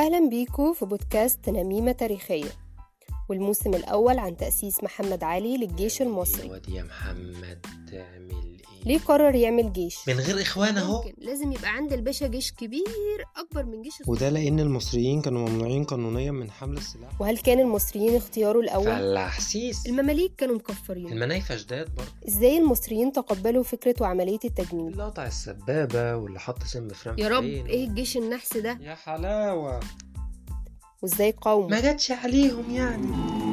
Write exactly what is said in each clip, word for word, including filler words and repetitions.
أهلا بيكم في بودكاست نميمة تاريخية، والموسم الأول عن تأسيس محمد علي للجيش المصري. ودي يا محمد تعمل ايه؟ ليه قرر يعمل جيش من غير إخوان اهو؟ لازم يبقى عند الباشا جيش كبير أكبر من جيش وده لأن المصريين كانوا ممنوعين قانونيا من حمل السلاح. وهل كان المصريين اختياره الأول؟ فلاحسيس. المماليك كانوا مكفرين. المنايفة جداد برضه. إزاي المصريين تقبلوا فكرة وعملية التجنيد؟ اللي قطع السبابة واللي حط سم فرنك يا رب إيه الجيش النحس ده؟ يا حلاوة. وإزاي قاوموا؟ ما جاتش عليهم يعني.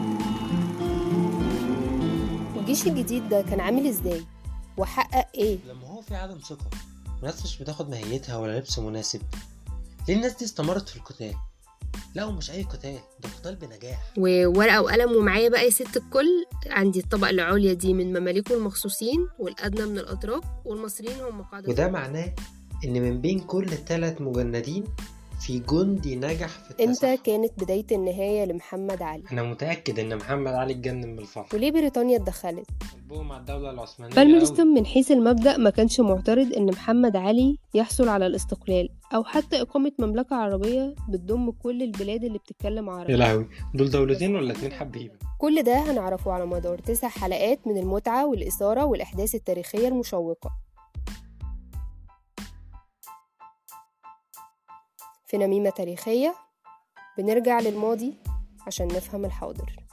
الجيش الجديد ده كان عامل إزاي؟ وحقق إيه؟ لما هو في عدم ثقة وناس مش بتاخد ماهيتها ولا لبس مناسب، ليه الناس دي استمرت في القتال؟ لا ومش أي قتال، ده قتال بنجاح. وورقة وقلم ومعايا بقى يا ست الكل. عندي الطبقة العليا دي من مماليك المخصوصين، والأدنى من الأتراك، والمصريين هم قاعدة. وده معناه إن من بين كل ثلاث مجندين في جندي نجح في التسلح. امتى كانت بداية النهاية لمحمد علي؟ أنا متأكد إن محمد علي اتجنن من الفرح. وليه بريطانيا اتدخلت؟ قلبهم مع الدولة العثمانية. بالميرستون من حيث المبدأ ما كانش معترض إن محمد علي يحصل على الاستقلال أو حتى إقامة مملكة عربية بتضم كل البلاد اللي بتتكلم عربي. يا لهوي، دول دولتين ولا اتنين حبيبة؟ كل ده هنعرفه على مدار تسع حلقات من المتعة والإثارة والأحداث التاريخية المشوقة في نميمة تاريخية. بنرجع للماضي عشان نفهم الحاضر.